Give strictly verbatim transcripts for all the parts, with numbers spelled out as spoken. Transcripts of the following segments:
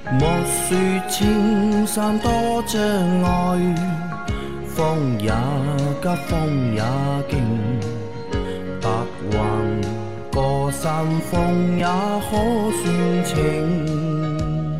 莫说青山多障碍，风也急风也劲，白云过山峰也可算情。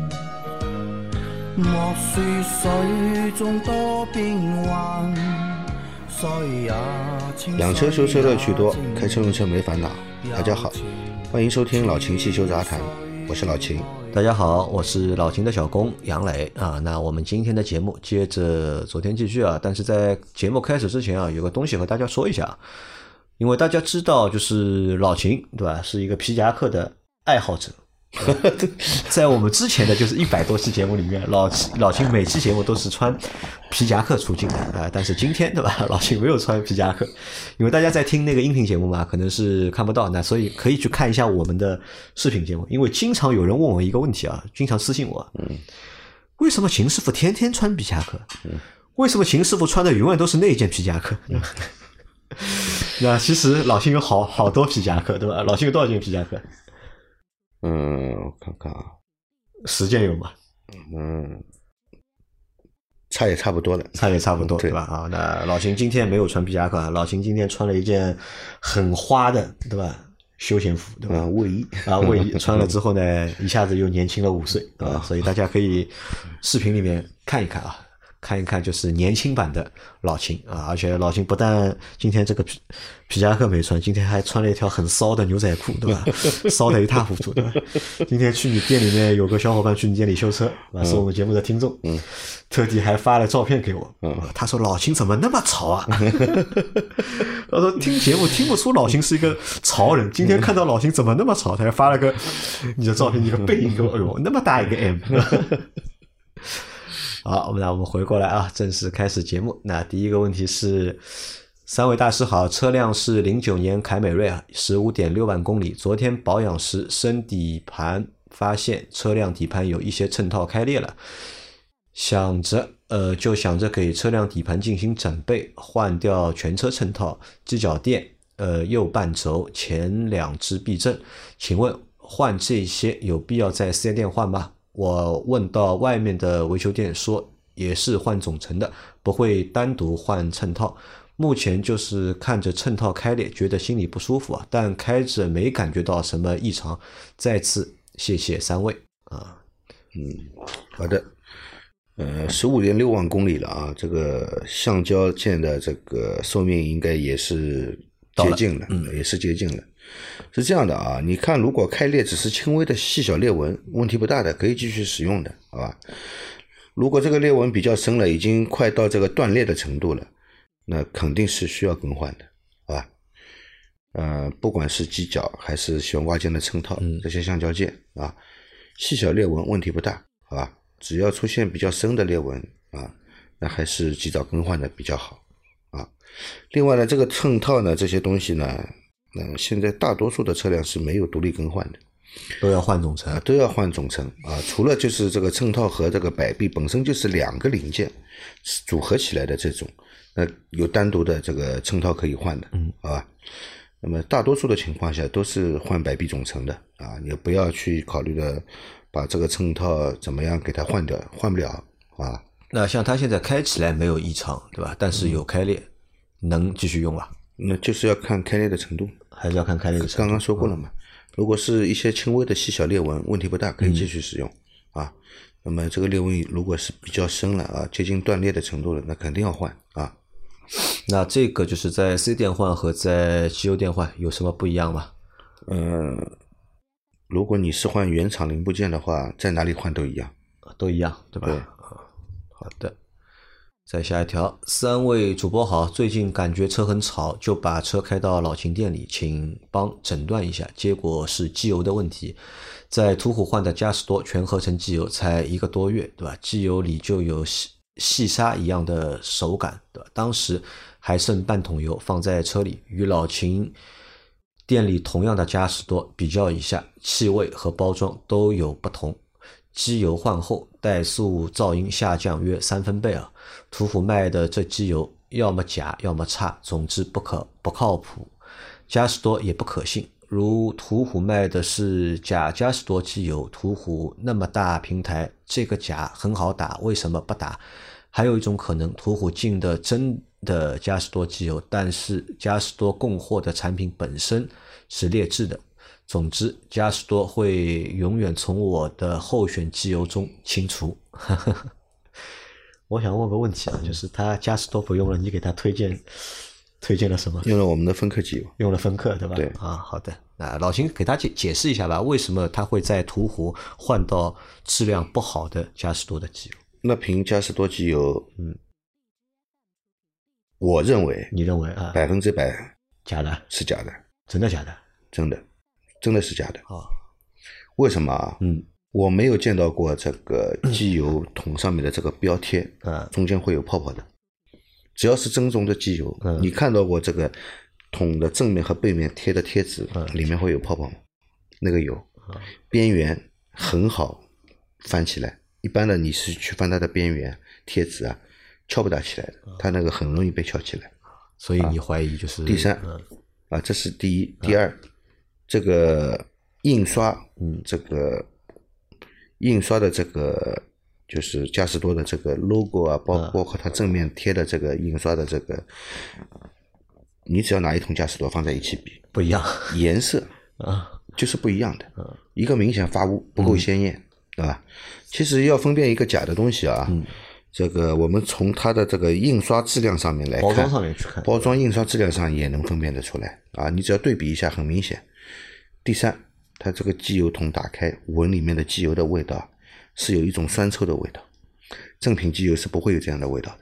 莫说水中多变幻，水也清。 养车修车乐趣多，开车用车没烦恼。大家好，欢迎收听老秦汽修杂谈，我是老秦。 大家好，我是老秦的小工杨磊啊。那我们今天的节目接着昨天继续啊，但是在节目开始之前啊，有个东西和大家说一下，因为大家知道，就是老秦对吧，是一个皮夹克的爱好者。在我们之前的就是一百多期节目里面，老老秦每期节目都是穿皮夹克出镜的啊、呃，但是今天对吧，老秦没有穿皮夹克，因为大家在听那个音频节目嘛，可能是看不到，那所以可以去看一下我们的视频节目，因为经常有人问我一个问题啊，经常私信我，嗯，为什么秦师傅天天穿皮夹克？嗯，为什么秦师傅穿的永远都是那件皮夹克？嗯、那其实老秦有好好多皮夹克，对吧？老秦有多少件皮夹克？ 嗯，我看看啊， 十件有吗？ 嗯，差也差不多了， 差也差不多， 对吧？啊，那老秦今天没有穿皮夹克，老秦今天穿了一件很花的，对吧？休闲服，对吧？ 嗯、卫衣啊，卫衣穿了之后呢，一下子又年轻了五岁，对吧？ 啊、 所以大家可以视频里面看一看啊。看一看，就是年轻版的老秦啊！而且老秦不但今天这个皮皮夹克没穿，今天还穿了一条很骚的牛仔裤，对吧？骚的一塌糊涂，对吧？今天去你店里面，有个小伙伴去你店里修车，啊，是我们节目的听众，嗯，特地还发了照片给我，嗯，他说老秦怎么那么潮啊？他说听节目听不出老秦是一个潮人，今天看到老秦怎么那么潮？他还发了个你的照片，一个背影给我，哎呦，那么大一个 M。好，那我们回过来啊，正式开始节目。那第一个问题是，三位大师好，车辆是零九年凯美瑞啊，十五点六万公里。昨天保养时升底盘发现车辆底盘有一些衬套开裂了，想着呃就想着给车辆底盘进行整备，换掉全车衬套、机脚垫、呃右半轴、前两只避震。请问换这些有必要在四 S 店换吗？我问到外面的维修店说也是换总成的，不会单独换衬套。目前就是看着衬套开裂觉得心里不舒服啊，但开着没感觉到什么异常。再次谢谢三位啊。 嗯，好的。呃 ,十五点六万公里了啊，这个橡胶件的这个寿命应该也是接近了，了嗯、也是接近了。是这样的啊，你看如果开裂只是轻微的细小裂纹，问题不大的，可以继续使用的，好吧？如果这个裂纹比较深了，已经快到这个断裂的程度了，那肯定是需要更换的，好吧？呃，不管是机脚还是悬挂件的衬套，这些橡胶件啊，细小裂纹问题不大，好吧？只要出现比较深的裂纹啊，那还是及早更换的比较好啊。另外呢，这个衬套呢，这些东西呢，嗯，现在大多数的车辆是没有独立更换的， 都要换总成， 啊、都要换总成啊。除了就是这个衬套和这个摆臂本身就是两个零件组合起来的这种，那有单独的这个衬套可以换的，嗯，好吧。那么大多数的情况下都是换摆臂总成的啊，你不要去考虑的把这个衬套怎么样给它换掉，换不了啊。 那像它现在开起来没有异常，对吧？但是有开裂，嗯、能继续用吧？ 那就是要看开裂的程度， 还是要看开裂的程度。 刚刚说过了嘛，嗯、如果是一些轻微的细小裂纹，问题不大，可以继续使用、嗯、啊。那么这个裂纹如果是比较深了啊，接近断裂的程度了，那肯定要换啊。 那这个就是在 四 S 店换和在汽油店换有什么不一样吗？ 嗯、呃，如果你是换原厂零部件的话，在哪里换都一样， 都一样，对吧？ 对， 好的。再下一条，三位主播好，最近感觉车很吵，就把车开到老秦店里，请帮诊断一下，结果是机油的问题。在途虎换的嘉实多全合成机油才一个多月，对吧？机油里就有细细沙一样的手感，对吧？当时还剩半桶油放在车里，与老秦店里同样的嘉实多比较一下，气味和包装都有不同。机油换后怠速噪音下降约三分贝啊！途虎卖的这机油要么假要么差，总之不可不靠谱，嘉实多也不可信。 如途虎卖的是假嘉实多机油，途虎那么大平台，这个假很好打，为什么不打？还有一种可能，途虎进的真的嘉实多机油，但是嘉实多供货的产品本身是劣质的。总之，嘉实多会永远从我的候选机油中清除。我想问个问题啊，就是他嘉实多不用了，你给他推荐推荐了什么？ 用了我们的芬克机油， 用了芬克，对吧？ 对啊，好的。那老秦给他解解释一下吧，为什么他会在途虎换到质量不好的嘉实多的机油？ 那瓶嘉实多机油，嗯，我认为， 你认为啊？ 百分之百假的， 是假的， 真的假的？ 真的，真的是假的。 啊， 为什么啊？ 嗯， 我没有见到过这个机油桶上面的这个标贴， 嗯， 中间会有泡泡的。只要是正宗的机油， 嗯， 你看到过这个桶的正面和背面贴的贴纸， 嗯， 里面会有泡泡吗？那个有，嗯，边缘很好翻起来。一般的你是去翻它的边缘贴纸啊，敲不大起来的，它那个很容易被敲起来。 所以你怀疑就是、 啊、第三、 嗯、 啊，这是第一。第二，嗯、这个印刷， 嗯， 这个印刷的这个就是嘉实多的这个 logo 啊，包包括它正面贴的这个印刷的这个，你只要拿一桶嘉实多放在一起比， 不一样， 颜色啊就是不一样的， 嗯、 一个明显发乌，不够鲜艳。嗯，对吧？其实要分辨一个假的东西啊，嗯，这个我们从它的这个印刷质量上面来看， 包装上面去看， 包装印刷质量上也能分辨得出来啊。你只要对比一下，很明显。第三，它这个机油桶打开，闻里面的机油的味道是有一种酸臭的味道，正品机油是不会有这样的味道的。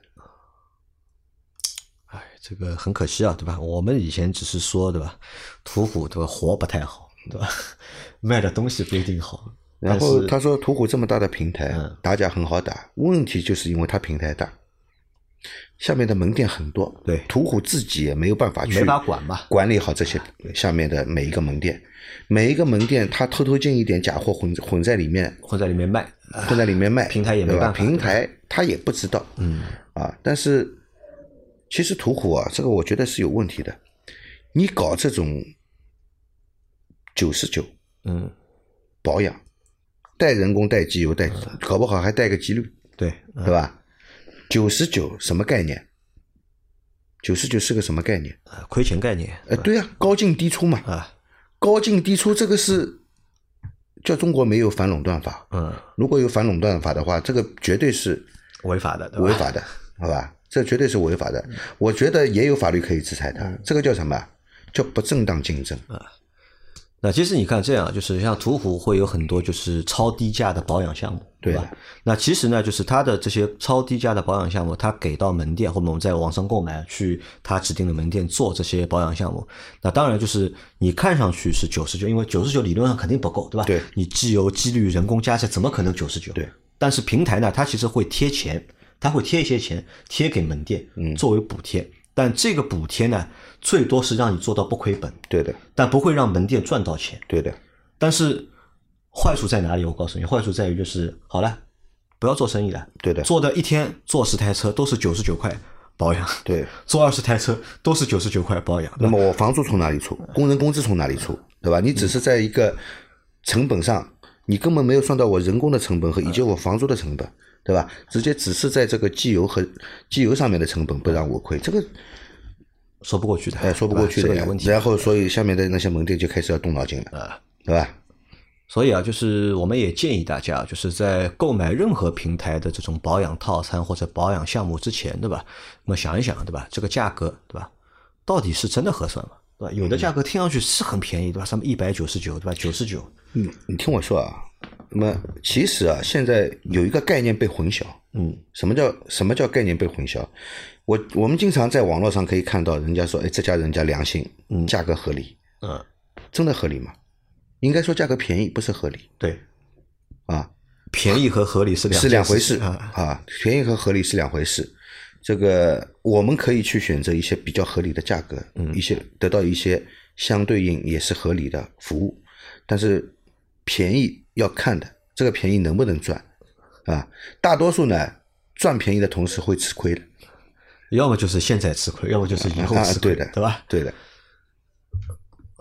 哎，这个很可惜啊，对吧？我们以前只是说，对吧？途虎对吧，活不太好，对吧？卖的东西不一定好。 然后他说途虎这么大的平台，嗯，打假很好打，问题就是因为它平台大，下面的门店很多， 对， 途虎自己也没有办法去没法管嘛， 管理好这些下面的每一个门店，每一个门店他偷偷进一点假货混混在里面， 混在里面卖， 混在里面卖， 平台也没办法， 平台他也不知道， 嗯啊，但是其实途虎啊，这个我觉得是有问题的，你搞这种九十九， 嗯， 保养。带人工带机油带，搞不好还带个机滤， 对， 嗯、对吧？九十九什么概念？九十九是个什么概念？ 呃，亏钱概念。 呃，对啊，高进低出嘛。 啊， 高进低出这个是叫中国没有反垄断法。 嗯， 如果有反垄断法的话，这个绝对是违法的， 违法的，好吧？这绝对是违法的。嗯、我觉得也有法律可以制裁它。嗯、这个叫什么？叫不正当竞争。 啊。那其实你看这样，就是像途虎会有很多就是超低价的保养项目，对吧？那其实呢，就是它的这些超低价的保养项目，它给到门店或者我们在网上购买，去它指定的门店做这些保养项目。那当然就是你看上去是九十九，因为九十九理论上肯定不够，对吧？ 对， 你机油、机滤、人工加起来怎么可能九十九？ 对。 但是平台呢，它其实会贴钱，它会贴一些钱贴给门店，嗯，作为补贴。但这个补贴呢，最多是让你做到不亏本， 对的， 但不会让门店赚到钱， 对的。 但是坏处在哪里？我告诉你，坏处在于就是好了，不要做生意了， 对的， 做的一天做十台车都是九十九块保养， 对， 做二十台车都是九十九块保养。 那么我房租从哪里出？工人工资从哪里出？对吧？你只是在一个成本上，你根本没有算到我人工的成本和以及我房租的成本。对吧？直接只是在这个机油和机油上面的成本不让我亏，这个说不过去的， 哎，说不过去的， 这个有问题。 然后，所以下面的那些门店就开始要动脑筋了， 啊， 对吧？ 所以啊，就是我们也建议大家，就是在购买任何平台的这种保养套餐或者保养项目之前，对吧？那么想一想，对吧？这个价格，对吧？到底是真的合算吗？对吧？有的价格听上去是很便宜，对吧？什么一百九十九，对吧？九十九。 嗯，你听我说啊。那么其实啊，现在有一个概念被混淆。 嗯， 什么叫什么叫概念被混淆？我我们经常在网络上可以看到人家说，哎，这家人家良心，嗯，价格合理， 嗯， 真的合理吗？应该说价格便宜，不是合理。 对， 啊， 便宜和合理是两是两回事啊, 啊，便宜和合理是两回事。这个我们可以去选择一些比较合理的价格，嗯，一些得到一些相对应也是合理的服务，但是便宜要看的，这个便宜能不能赚啊？大多数呢，赚便宜的同时会吃亏的， 要么就是现在吃亏，要么就是以后吃亏， 啊、对的， 对吧？ 对的。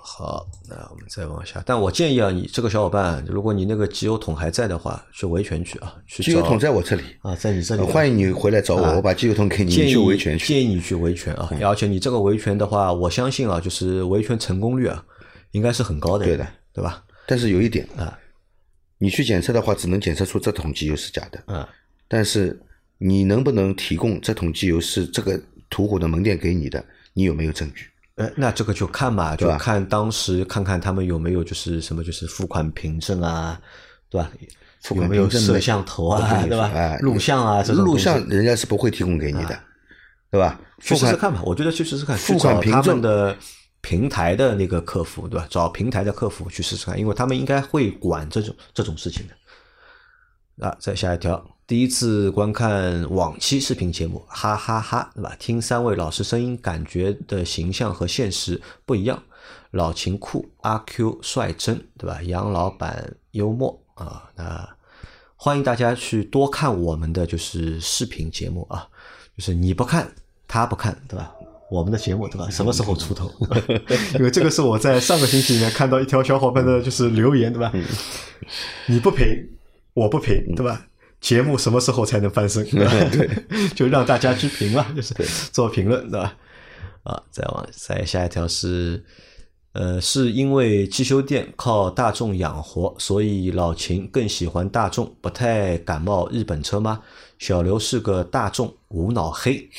好，那我们再往下。但我建议啊，你这个小伙伴，如果你那个机油桶还在的话，去维权去啊，去机油桶在我这里啊，在你这里、 呃，欢迎你回来找我，啊、我把机油桶给你，你去维权去。 建议你去维权啊，嗯、而且你这个维权的话，我相信啊，就是维权成功率啊，应该是很高的， 对的， 对吧？ 但是有一点啊， 你去检测的话，只能检测出这桶机油是假的， 嗯， 但是你能不能提供这桶机油是这个途虎的门店给你的，你有没有证据？ 呃，那这个就看嘛，就看当时看看他们有没有就是什么就是付款凭证啊，对吧？有没有摄像头啊，对吧？ 哎， 录像啊，这种录像人家是不会提供给你的，啊、对吧？ 去试试看吧，我觉得去试试看， 付款凭证他们的平台的那个客服，对吧？找平台的客服去试试看，因为他们应该会管这种这种事情的。啊，再下一条。第一次观看往期视频节目，哈哈哈，对吧？听三位老师声音，感觉的形象和现实不一样。老秦酷，阿 Q 率真，对吧？杨老板幽默啊，那欢迎大家去多看我们的就是视频节目啊，就是你不看，他不看，对吧？我们的节目，对吧？什么时候出头？因为这个是我在上个星期里面看到一条小伙伴的就是留言，对吧？你不评，我不评，对吧？节目什么时候才能翻身？对，就让大家去评嘛，就是做评论，对吧？啊，再往再下一条是，呃，是因为汽修店靠大众养活，所以老秦更喜欢大众，不太感冒日本车吗？小刘是个大众无脑黑。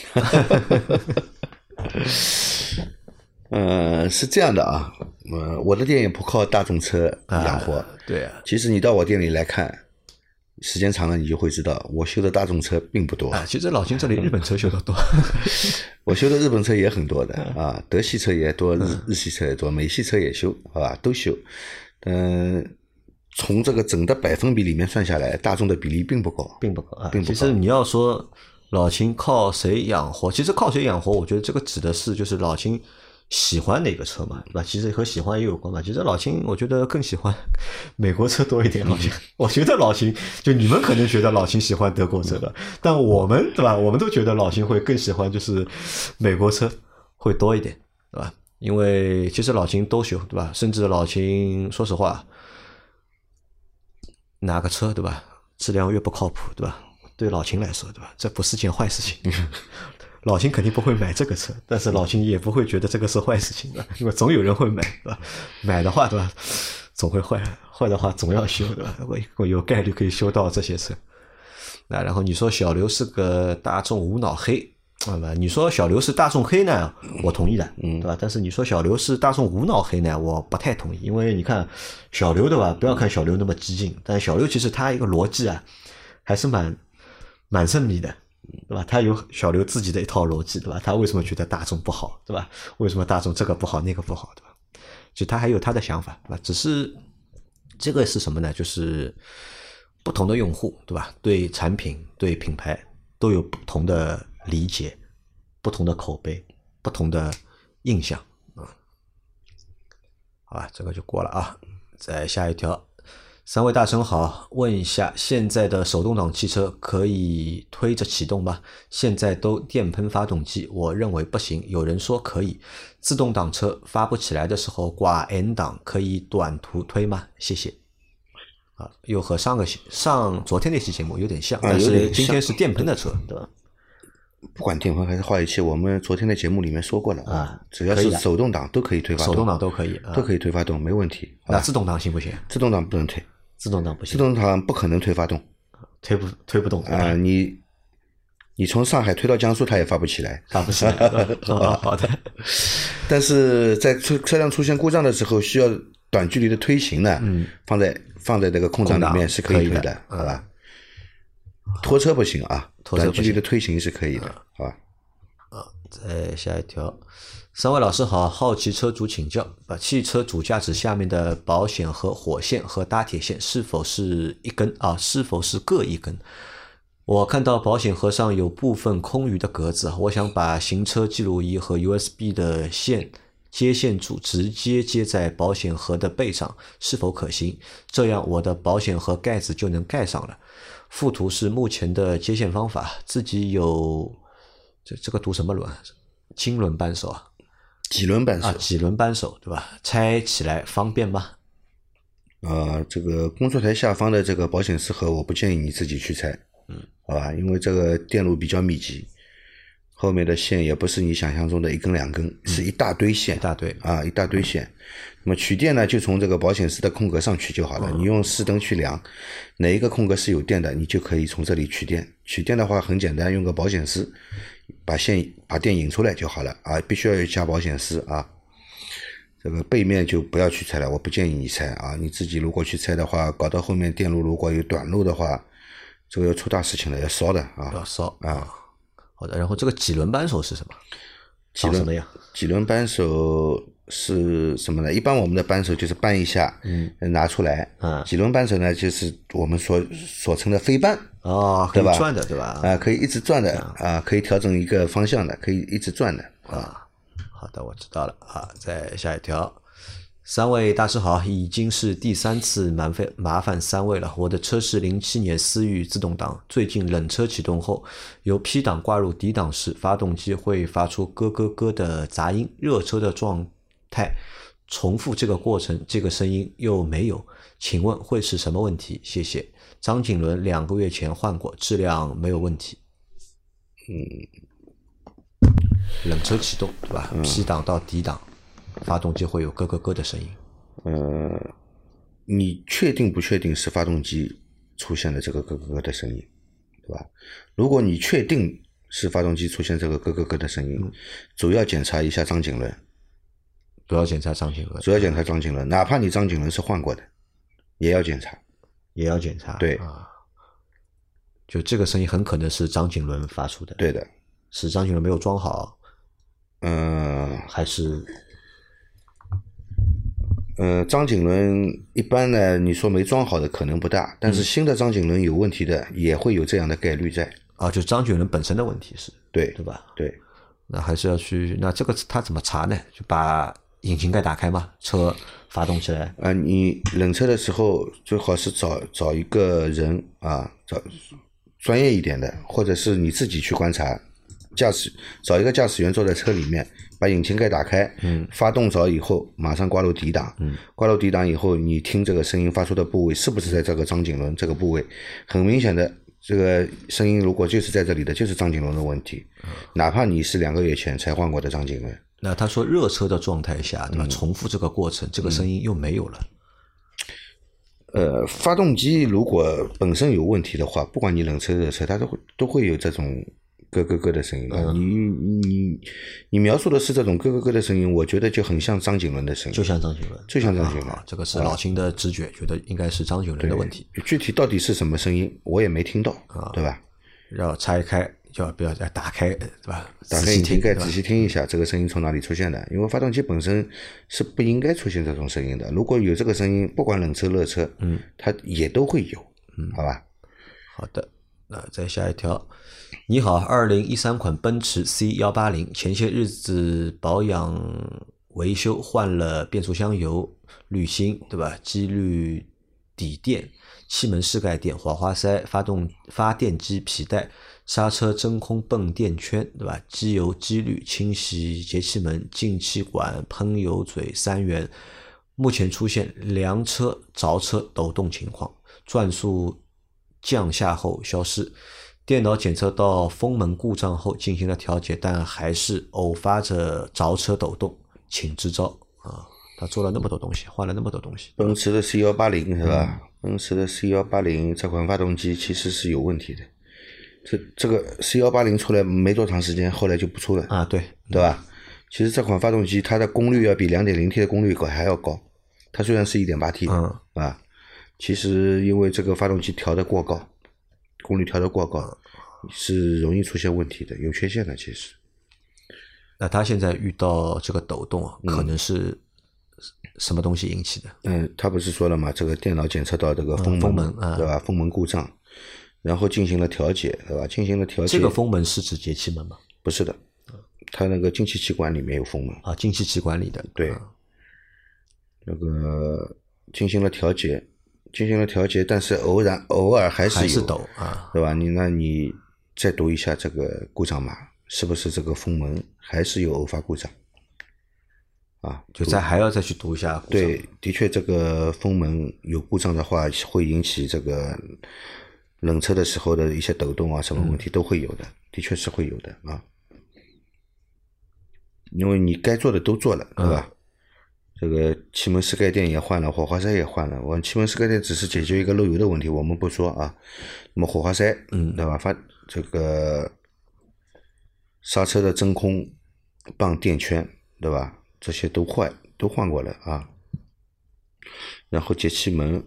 呃，是这样的啊，呃，我的店也不靠大众车养活， 啊对啊。 其实你到我店里来看。时间长了，你就会知道，我修的大众车并不多。 啊，其实老秦这里日本车修的多， 我修的日本车也很多的啊，德系车也多，日日系车也多，美系车也修，好吧，都修。嗯，从这个整的百分比里面算下来，大众的比例并不高， 并不高啊， 并不高。 其实你要说老秦靠谁养活，其实靠谁养活，我觉得这个指的是就是老秦喜欢哪个车嘛，对吧？其实和喜欢也有关嘛。其实老秦我觉得更喜欢美国车多一点，老秦。我觉得老秦就你们可能觉得老秦喜欢德国车的，但我们对吧？我们都觉得老秦会更喜欢就是美国车会多一点，对吧？因为其实老秦都修，对吧？甚至老秦说实话，哪个车对吧，质量越不靠谱，对吧？对老秦来说，对吧？这不是件坏事情。老秦肯定不会买这个车，但是老秦也不会觉得这个是坏事情的，因为总有人会买，对吧？买的话，对吧？总会坏，坏的话总要修，对吧？会会有概率可以修到这些车。那然后你说小刘是个大众无脑黑，啊吧？你说小刘是大众黑呢，我同意的，对吧？但是你说小刘是大众无脑黑呢，我不太同意，因为你看小刘对吧？不要看小刘那么激进，但小刘其实他一个逻辑啊，还是蛮蛮缜密的。对吧？他有小刘自己的一套逻辑，对吧？他为什么觉得大众不好，对吧？为什么大众这个不好那个不好，对吧？就他还有他的想法，对吧？只是这个是什么呢？就是不同的用户，对吧？对产品、对品牌都有不同的理解、不同的口碑、不同的印象啊。好吧，这个就过了啊。再下一条。三位大神好，问一下，现在的手动挡汽车可以推着启动吗？现在都电喷发动机，我认为不行，有人说可以。自动挡车发不起来的时候挂 N 档，可以短途推吗？谢谢。啊，又和上个上昨天那期节目有点像，但是今天是电喷的车，对吧？ 不管电喷还是化油器，我们昨天的节目里面说过了啊，只要是手动挡都可以推发动， 手动挡都可以， 都可以推发动，没问题。 那自动挡行不行？ 自动挡不能推。 自动挡不行， 自动挡不可能推发动， 推不推不动啊、呃！你你从上海推到江苏，它也发不起来， 发不起来。哦、好的。 但是在车车辆出现故障的时候，需要短距离的推行呢，嗯、放在放在这个空档里面是可以推的，好吧？拖车不行啊，短距离的推行是可以的，好吧？ 啊，再下一条。三位老师好，好奇车主请教，把汽车主驾驶下面的保险盒火线和搭铁线是否是一根啊？是否是各一根？我看到保险盒上有部分空余的格子，我想把行车记录仪和 U S B 的线接线柱直接接在保险盒的背上，是否可行？这样我的保险盒盖子就能盖上了。附图是目前的接线方法，自己有这这个读什么轮？轻轮扳手啊？ 几轮扳手啊，几轮扳手对吧？拆起来方便吗？ 呃，这个工作台下方的这个保险丝盒，我不建议你自己去拆， 嗯， 好吧？因为这个电路比较密集，后面的线也不是你想象中的一根两根，嗯、是一大堆线， 一大堆啊，一大堆线。那么取电呢，就从这个保险丝的空格上取就好了。嗯、你用丝灯去量，哪一个空格是有电的，你就可以从这里取电。取电的话很简单，用个保险丝把线把电引出来就好了啊，必须要有加保险丝啊。这个背面就不要去拆了，我不建议你拆啊。你自己如果去拆的话，搞到后面电路如果有短路的话，这个要出大事情了，要烧的啊， 要烧啊。 好的，然后这个几轮扳手是什么？ 几轮什么样？ 几轮扳手是什么呢？一般我们的扳手就是扳一下，嗯，拿出来。嗯，几轮扳手呢，就是我们所所称的飞扳。 哦，可以转的，对吧？ 啊，可以一直转的啊，可以调整一个方向的，可以一直转的啊。好的，我知道了啊。再下一条，三位大师好，已经是第三次麻烦麻烦三位了。我的车是零七年思域自动挡，最近冷车启动后，由 P 档挂入 D 档时，发动机会发出咯咯咯的杂音，热车的状态重复这个过程，这个声音又没有，请问会是什么问题？谢谢。张景伦两个月前换过，质量没有问题。嗯。冷车启动对吧、嗯、P 档到 D 档发动机会有咯咯咯的声音。 呃，你确定不确定是发动机出现了这个咯咯咯的声音，对吧？如果你确定是发动机出现这个咯咯咯的声音、嗯、主要检查一下张景伦， 主要检查张景伦， 主要检查张景伦，哪怕你张景伦是换过的也要检查， 也要检查。 对、 啊、就这个声音很可能是张景伦发出的。 对的， 是张景伦没有装好， 嗯、呃， 还是呃，张景伦一般呢，你说没装好的可能不大，但是新的张景伦有问题的、嗯、也会有这样的概率在。 啊，就张景伦本身的问题是， 对对吧？ 对， 那还是要去，那这个他怎么查呢？就把引擎盖打开嘛，车发动起来。啊、 呃，你冷车的时候最好是找找一个人啊，找专业一点的，或者是你自己去观察。驾驶找一个驾驶员坐在车里面，把引擎盖打开，嗯，发动着以后马上挂入 D 档，嗯，挂入 D 档以后，你听这个声音发出的部位是不是在这个张景伦这个部位？很明显的，这个声音如果就是在这里的，就是张景伦的问题，嗯、哪怕你是两个月前才换过的张景伦。 那他说热车的状态下，对吧？嗯、重复这个过程，这个声音又没有了。 呃，发动机如果本身有问题的话，不管你冷车热车，它都会都会有这种咯咯咯的声音的、嗯、你你你描述的是这种咯咯咯的声音，我觉得就很像张景伦的声音， 就像张景伦， 就像张景伦、 啊、这个是老秦的直觉、啊、觉得应该是张景伦的问题。 具体到底是什么声音我也没听到、啊、对吧？ 要拆开，要不要再打开，对吧？ 打开引擎盖仔细听一下这个声音从哪里出现的，因为发动机本身是不应该出现这种声音的，如果有这个声音，不管冷车热车，嗯，它也都会有，嗯，好吧？ 好的，那再下一条。你好，二零一三款奔驰 C 一八零，前些日子保养维修换了变速箱油、滤芯，对吧？机滤底垫、气门室盖垫、火花塞、发动发电机皮带、刹车真空泵垫圈，对吧？机油、机滤、清洗节气门、进气管、喷油嘴三元。目前出现凉车、着车抖动情况，转速降下后消失。电脑检测到风门故障后进行了调节，但还是偶发着着车抖动，请支招啊！他做了那么多东西，换了那么多东西。 奔驰的 C 一八零 是吧？嗯、奔驰的 C 一八零 这款发动机其实是有问题的。这这个 C 一八零 出来没多长时间，后来就不出了啊，对对吧？其实这款发动机它的功率要比 二点零 T 的功率还要高，它虽然是 一点八 T， 嗯啊，其实因为这个发动机调得过高。功率调得过高是容易出现问题的，有缺陷的其实。 那他现在遇到这个抖动啊、嗯，可能是什么东西引起的？ 嗯，他不是说了吗？这个电脑检测到这个风门， 嗯、风门啊， 对吧？风门故障，然后进行了调节，对吧？进行了调节。 这个风门是指节气门吗？ 不是的，它那个进气气管里面有风门啊，进气气管里的。 对，啊、那个进行了调节。进行了调节，但是偶然偶尔还是有， 还是抖啊， 对吧？你那你再读一下这个故障码，是不是这个风门还是有偶发故障？ 啊， 就再还要再去读一下故障。 对，的确这个风门有故障的话，会引起这个冷车的时候的一些抖动啊，什么问题都会有的，嗯、的确是会有的啊。因为你该做的都做了，对吧？嗯、这个气门室盖垫也换了，火花塞也换了。我气门室盖垫只是解决一个漏油的问题，我们不说啊。那么火花塞，嗯，对吧？发这个刹车的真空棒垫圈，对吧？这些都坏，都换过了啊。然后节气门、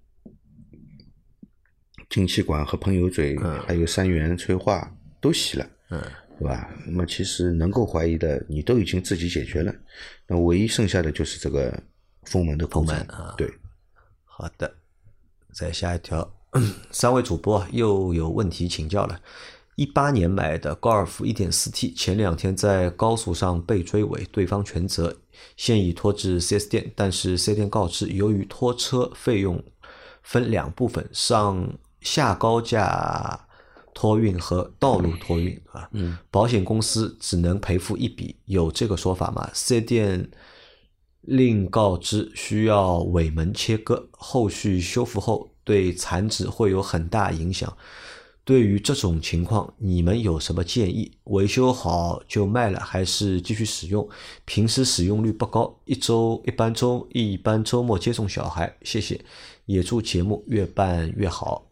进气管和喷油嘴，嗯、还有三元催化都洗了，嗯。对吧？那么其实能够怀疑的，你都已经自己解决了，那唯一剩下的就是这个风门的故障。啊，对， 好的，再下一条，三位主播又有问题请教了。一八年买的高尔夫 一点四 T， 前两天在高速上被追尾，对方全责，现已拖至 四 S 店，但是 四 S 店告知，由于拖车费用分两部分，上下高架托运和道路托运啊，嗯，保险公司只能赔付一笔，有这个说法吗？四 S 店另告知需要尾门切割，后续修复后对残值会有很大影响。对于这种情况，你们有什么建议？维修好就卖了，还是继续使用？平时使用率不高，一周一般周一般周末接送小孩，谢谢，也祝节目越办越好。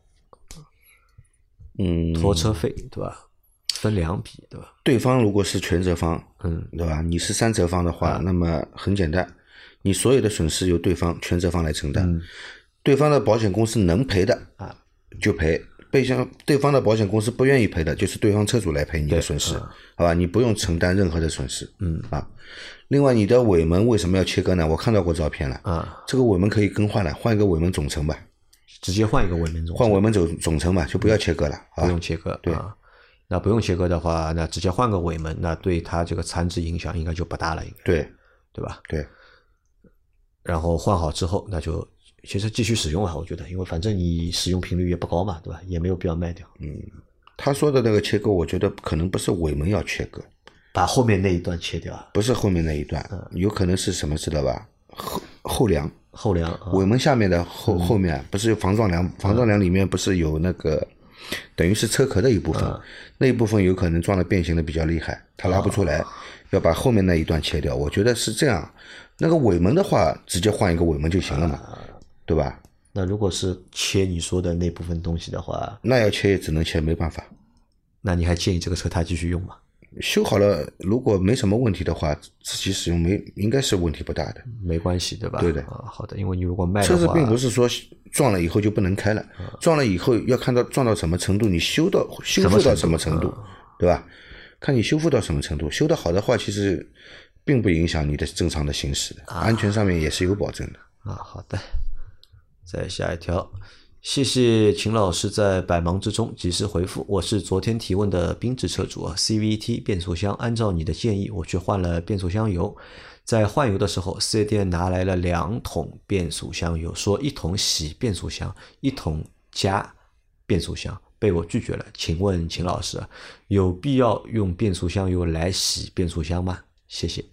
嗯， 拖车费对吧？分两笔对吧？ 对方如果是全责方， 嗯， 对吧？你是三责方的话， 啊、 那么很简单，你所有的损失由对方全责方来承担， 嗯、 对方的保险公司能赔的啊就赔，对方对方的保险公司不愿意赔的，就是对方车主来赔你的损失， 啊、 好吧？你不用承担任何的损失， 嗯啊。另外，你的尾门为什么要切割呢？我看到过照片了， 啊， 这个尾门可以更换了，换一个尾门总成吧。 直接换一个尾门总成， 换尾门总总成嘛，就不要切割了， 不用切割。 对、 啊，那不用切割的话，那直接换个尾门，那对它这个残值影响应该就不大了，应该对对吧？ 对。 然后换好之后，那就其实继续使用啊，我觉得，因为反正你使用频率也不高嘛，对吧？也没有必要卖掉。 嗯，他说的那个切割，我觉得可能不是尾门要切割， 把后面那一段切掉， 不是后面那一段，嗯、有可能是什么知道吧？后后梁。 后梁、 啊、尾门下面的后、嗯、后面不是有防撞梁，防撞梁里面不是有那个、嗯、等于是车壳的一部分、嗯、那一部分有可能撞的变形的比较厉害，它拉不出来、哦、要把后面那一段切掉，我觉得是这样。那个尾门的话直接换一个尾门就行了嘛、啊、对吧？ 那如果是切你说的那部分东西的话， 那要切也只能切，没办法。 那你还建议这个车它继续用吗？ 修好了，如果没什么问题的话，自己使用没应该是问题不大的， 没关系，对吧？ 对的、 啊。好的，因为你如果卖的话， 车子并不是说撞了以后就不能开了，啊、撞了以后要看到撞到什么程度，你修到修复到什么程度，啊、对吧？看你修复到什么程度，修得好的话，其实并不影响你的正常的行驶的，啊、安全上面也是有保证的。 啊，好的。再下一条。谢谢秦老师在百忙之中及时回复，我是昨天提问的缤智车主啊 ，C V T 变速箱，按照你的建议，我去换了变速箱油，在换油的时候 四 S 店拿来了两桶变速箱油，说一桶洗变速箱，一桶加变速箱，被我拒绝了。请问秦老师，有必要用变速箱油来洗变速箱吗？谢谢。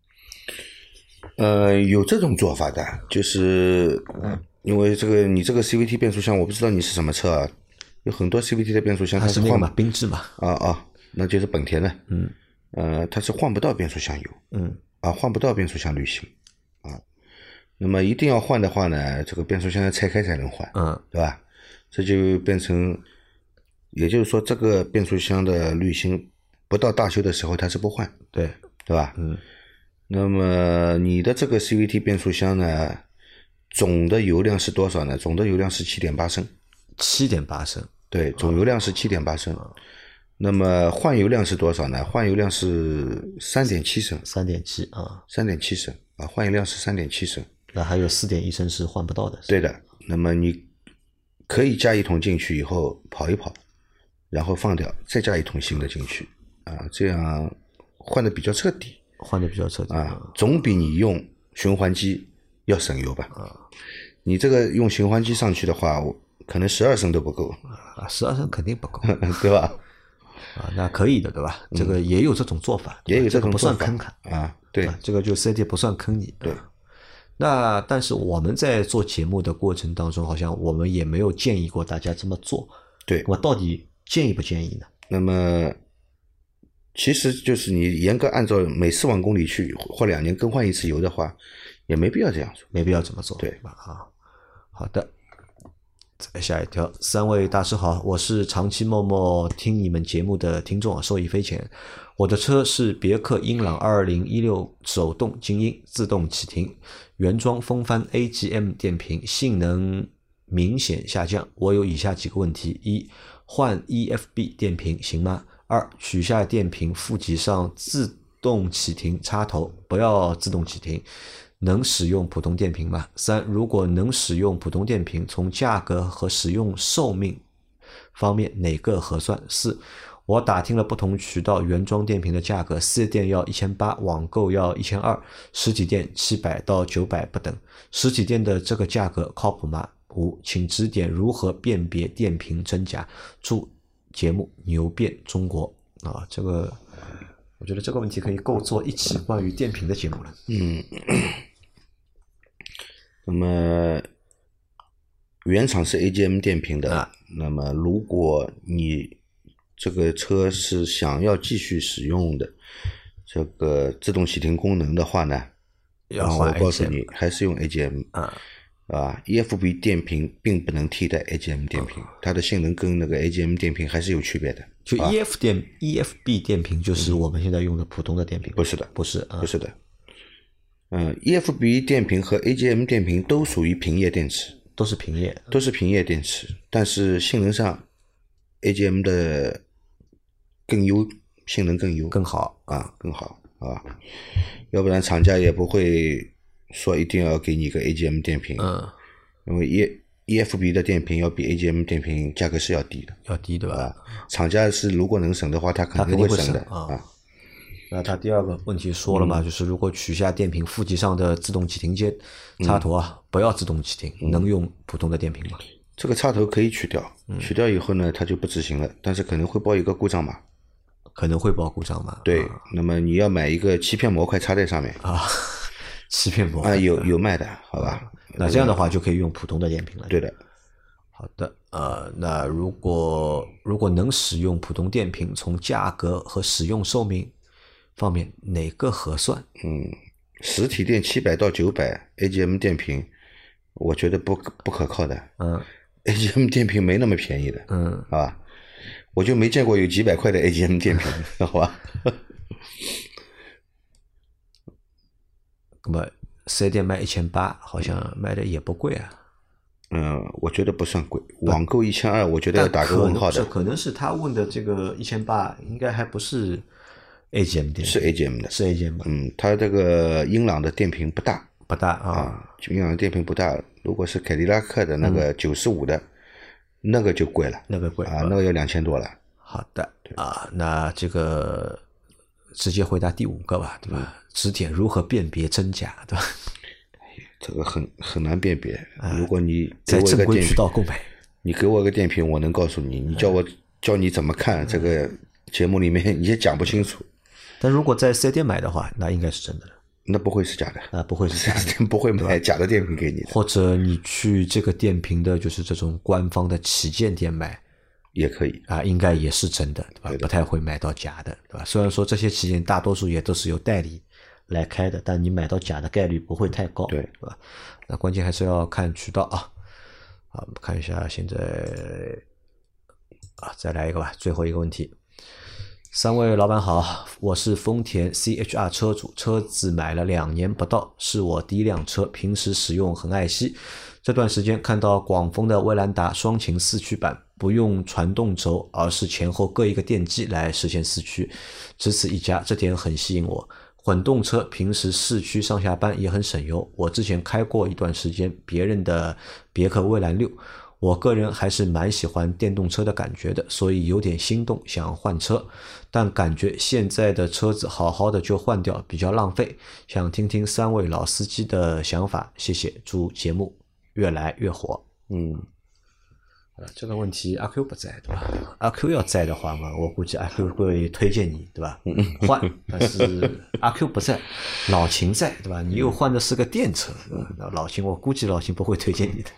呃，有这种做法的，就是嗯。因为这个你这个 C V T 变速箱，我不知道你是什么车啊，有很多 C V T 的变速箱它是换嘛，缤智嘛， 啊啊，那就是本田的， 嗯， 呃，它是换不到变速箱油， 嗯， 啊，换不到变速箱滤芯，啊，那么一定要换的话呢，这个变速箱要拆开才能换， 嗯， 对吧？这就变成，也就是说，这个变速箱的滤芯不到大修的时候它是不换， 对， 对吧？ 嗯， 那么你的这个 C V T 变速箱呢？总的油量是多少呢？总的油量是 七点八 升。 七点八 升。 对，总油量是 七点八 升。哦、那么换油量是多少呢？换油量是 三点七 升。 三点七 啊。 三点七 升啊，换油量是 三点七 升。 那还有 四点一 升是换不到的。 对的。那么你可以加一桶进去以后跑一跑，然后放掉，再加一桶新的进去啊，这样换的比较彻底。 换的比较彻底啊，总比你用循环机要省油吧？ 啊， 你这个用循环机上去的话，可能十二升都不够啊，十二升肯定不够， 对吧？ 啊，那可以的，对吧？这个也有这种做法， 也有这种不做法算坑他啊，对， 啊，这个就四 S 店不算坑你。 对。 那但是我们在做节目的过程当中，好像我们也没有建议过大家这么做。 对， 我到底建议不建议呢？ 那么其实就是你严格按照每四万公里去或两年更换一次油的话，也没必要这样做， 没必要这么做， 对吧？啊，好的。再下一条，三位大师好，我是长期默默听你们节目的听众啊，受益匪浅。我的车是别克英朗二零一六手动精英自动启停，原装风帆 A G M 电瓶，性能明显下降。我有以下几个问题：一、换 E F B 电瓶行吗？二、取下电瓶负极上自动启停插头，不要自动启停。能使用普通电瓶吗？三，如果能使用普通电瓶，从价格和使用寿命方面哪个合算？四，我打听了不同渠道原装电瓶的价格，四 S 店要一千八，网购要一千二，实体店七百到九百不等。实体店的这个价格靠谱吗？五，请指点如何辨别电瓶真假。祝节目牛遍中国啊！这个我觉得这个问题可以够做一期关于电瓶的节目了。 嗯。那么原厂是 A G M 电瓶的，啊、那么如果你这个车是想要继续使用的这个自动启停功能的话呢， 要换 A G M， 我告诉你还是用 A G M 啊。 啊 ，E F B 电瓶并不能替代 A G M 电瓶，哦、它的性能跟那个 A G M 电瓶还是有区别的。 就 E F 电、啊、E F B 电瓶就是我们现在用的普通的电瓶？ 不是的， 不是，啊、 不是的。嗯 ，E F B 电瓶和 A G M 电瓶都属于平液电池， 都是平液， 都是平液电池，但是性能上 A G M 的更优，性能更优， 更好啊，更好啊，要不然厂家也不会说一定要给你个 A G M 电瓶， 嗯， 因为 E E F B 的电瓶要比 A G M 电瓶价格是要低的， 要低对吧？ 啊，厂家是如果能省的话，他肯定会省的啊。 啊那他第二个问题说了嘛，嗯、就是如果取下电瓶负极上的自动启停接插头啊，嗯、不要自动启停，嗯、能用普通的电瓶吗？ 这个插头可以取掉，嗯、取掉以后呢，它就不执行了，但是可能会报一个故障码， 可能会报故障码。 对， 啊、 那么你要买一个欺骗模块插在上面啊，欺骗模块啊，有有卖的，好吧？ 那这样的话就可以用普通的电瓶了。 对的。 好的，呃，那如果如果能使用普通电瓶，从价格和使用寿命方面哪个合算？ 嗯，实体店七百到九百 A G M 电瓶，我觉得不不可靠的。 嗯 ，A G M 电瓶没那么便宜的。 嗯， 好吧，我就没见过有几百块的 A G M 电瓶，好吧？ 那么四 S 店卖一千八，好像卖的也不贵啊。 嗯，我觉得不算贵，网购一千二，我觉得要打个问号的。 可能是他问的这个一千八，应该还不是 A G M 电瓶， 是 A G M 的， 是 A G M 的。 嗯，它这个英朗的电瓶不大， 不大啊， 啊英朗的电瓶不大。如果是凯迪拉克的那个九十五的，嗯、那个就贵了， 那个贵啊，那个要两千多了。 好的啊，那这个直接回答第五个吧，对吧？嗯、指点如何辨别真假，对吧？ 这个很很难辨别。 啊、 如果你在正规渠道购买， 你给我个电瓶，我能告诉你。你叫我、嗯、教你怎么看，这个节目里面你也讲不清楚。 但如果在四 S 店买的话，那应该是真的了。 那不会是假的啊，不会是假的， 四 S 店不会买假的电瓶给你的。 或者你去这个电瓶的，就是这种官方的旗舰店买也可以啊，应该也是真的，对吧？对的，不太会买到假的，对吧？虽然说这些旗舰大多数也都是由代理来开的，但你买到假的概率不会太高， 对， 对吧？那关键还是要看渠道啊。好，我们看一下现在啊，再来一个吧，最后一个问题。三位老板好，我是丰田 C H R 车主，车子买了两年不到，是我第一辆车，平时使用很爱惜。这段时间看到广丰的威兰达双擎四驱版不用传动轴，而是前后各一个电机来实现四驱，只此一家，这点很吸引我。混动车平时市区上下班也很省油，我之前开过一段时间别人的别克蔚蓝六，我个人还是蛮喜欢电动车的感觉的，所以有点心动想换车，但感觉现在的车子好好的就换掉比较浪费，想听听三位老司机的想法，谢谢，祝节目越来越火。 嗯， 呃，这个问题阿 Q 不在，对吧？阿 Q 要在的话嘛，我估计阿 Q 会推荐你，对吧？换，但是阿 Q 不在，老秦在，对吧？你又换的是个电车，对吧？那老秦，我估计老秦不会推荐你的。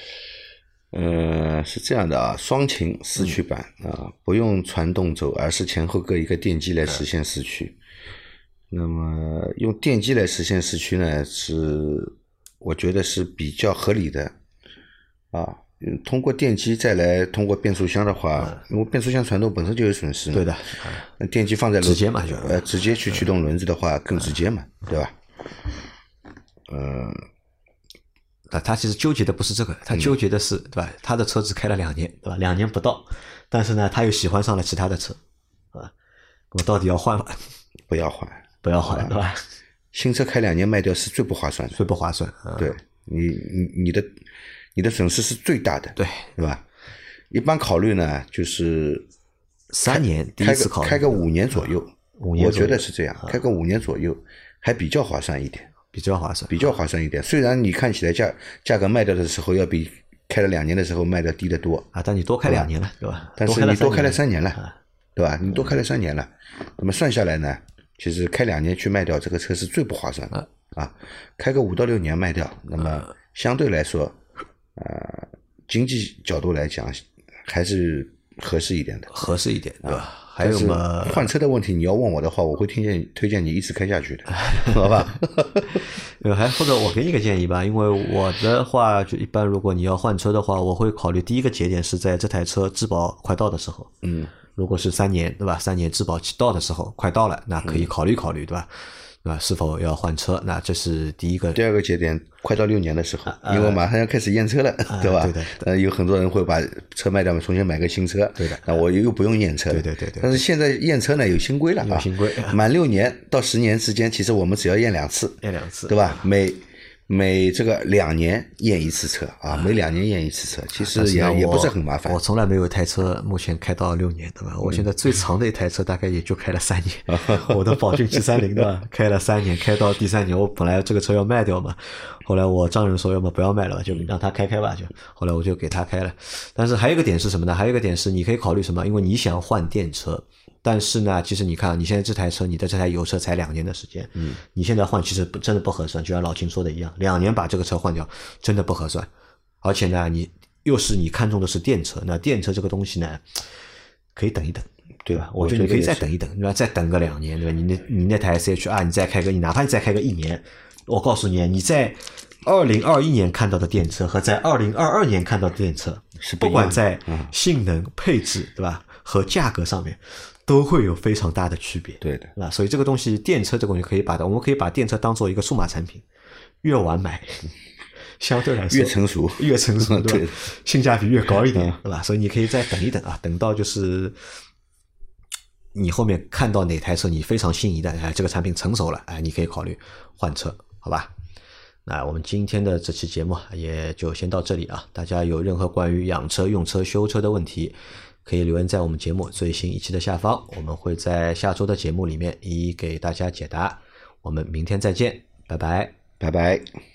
呃，是这样的啊，双擎四驱版、嗯、啊，不用传动轴，而是前后各一个电机来实现四驱。那么用电机来实现四驱呢，是我觉得是比较合理的啊。通过电机再来通过变速箱的话，嗯、因为变速箱传动本身就有损失嘛， 对的。 那电机放在直接嘛就呃直接去驱动轮子的话更直接嘛，嗯、对吧？嗯。 啊，他其实纠结的不是这个，他纠结的是、嗯、对吧？他的车子开了两年，对吧？两年不到，但是呢，他又喜欢上了其他的车，啊，我到底要换吗？ 不要换， 不要换，对吧？ 新车开两年卖掉是最不划算的， 最不划算。啊、 对你，你你的你的损失是最大的， 对， 对吧？一般考虑呢，就是三年第一次考虑， 开个五年左右， 五年我觉得是这样，开个五年左右还比较划算一点。 比较划算， 比较划算一点。虽然你看起来价价格卖掉的时候要比开了两年的时候卖掉低得多啊，但你多开两年了，对吧？ 但是你多开了三年了， 啊、 对吧？你多开了三年了，那么算下来呢，其实开两年去卖掉这个车是最不划算的啊。啊开个五到六年卖掉，那么相对来说，呃，经济角度来讲还是合适一点的， 合适一点，对吧？啊还有嘛，换车的问题，你要问我的话，我会推荐推荐你一直开下去的，好吧？ 还或者我给你个建议吧，因为我的话就一般，如果你要换车的话，我会考虑第一个节点是在这台车质保快到的时候， 嗯， 如果是三年，对吧？三年质保期到的时候，快到了，那可以考虑考虑，对吧？对吧？是否要换车？那这是第一个。 第二个节点快到六年的时候，啊、因为马上要开始验车了，啊、对吧？ 对的。 呃，有很多人会把车卖掉，重新买个新车。 对的。 那我又不用验车。 对对对对。 但是现在验车呢有新规了啊， 有新规。 满六年到十年之间，其实我们只要验两次。 验两次。 对吧？每每这个两年验一次车啊，每两年验一次车，其实也也不是很麻烦。 我从来没有一台车目前开到六年，对吧？我现在最长的一台车大概也就开了三年，我的宝骏七三零的开了三年，开到第三年，我本来这个车要卖掉嘛，后来我丈人说要么不要卖了吧，就让他开开吧，就后来我就给他开了。但是还有一个点是什么呢？还有一个点是你可以考虑什么？因为你想换电车。但是呢，其实你看，你现在这台车，你的这台油车才两年的时间，嗯，你现在换其实不真的不合算，就像老秦说的一样，两年把这个车换掉，真的不合算。而且呢，你又是你看中的是电车，那电车这个东西呢，可以等一等，对吧？我觉得你可以再等一等，对吧？再等个两年，对吧？你那你那台 S H R 你再开个，你哪怕你再开个一年，我告诉你，你在二零二一年看到的电车和在二零二二年看到的电车， 是不管在性能、配置，对吧？和价格上面。都会有非常大的区别， 对的， 是吧？所以这个东西，电车这个东西可以把它，我们可以把电车当做一个数码产品，越晚买，相对来说越成熟， 越成熟，对吧？ 对性价比越高一点，对吧？所以你可以再等一等啊，等到就是你后面看到哪台车你非常心仪的，哎，这个产品成熟了，哎，你可以考虑换车，好吧？那我们今天的这期节目也就先到这里啊，大家有任何关于养车、用车、修车的问题。可以留言在我们节目最新一期的下方，我们会在下周的节目里面一一给大家解答。我们明天再见，拜拜， 拜拜。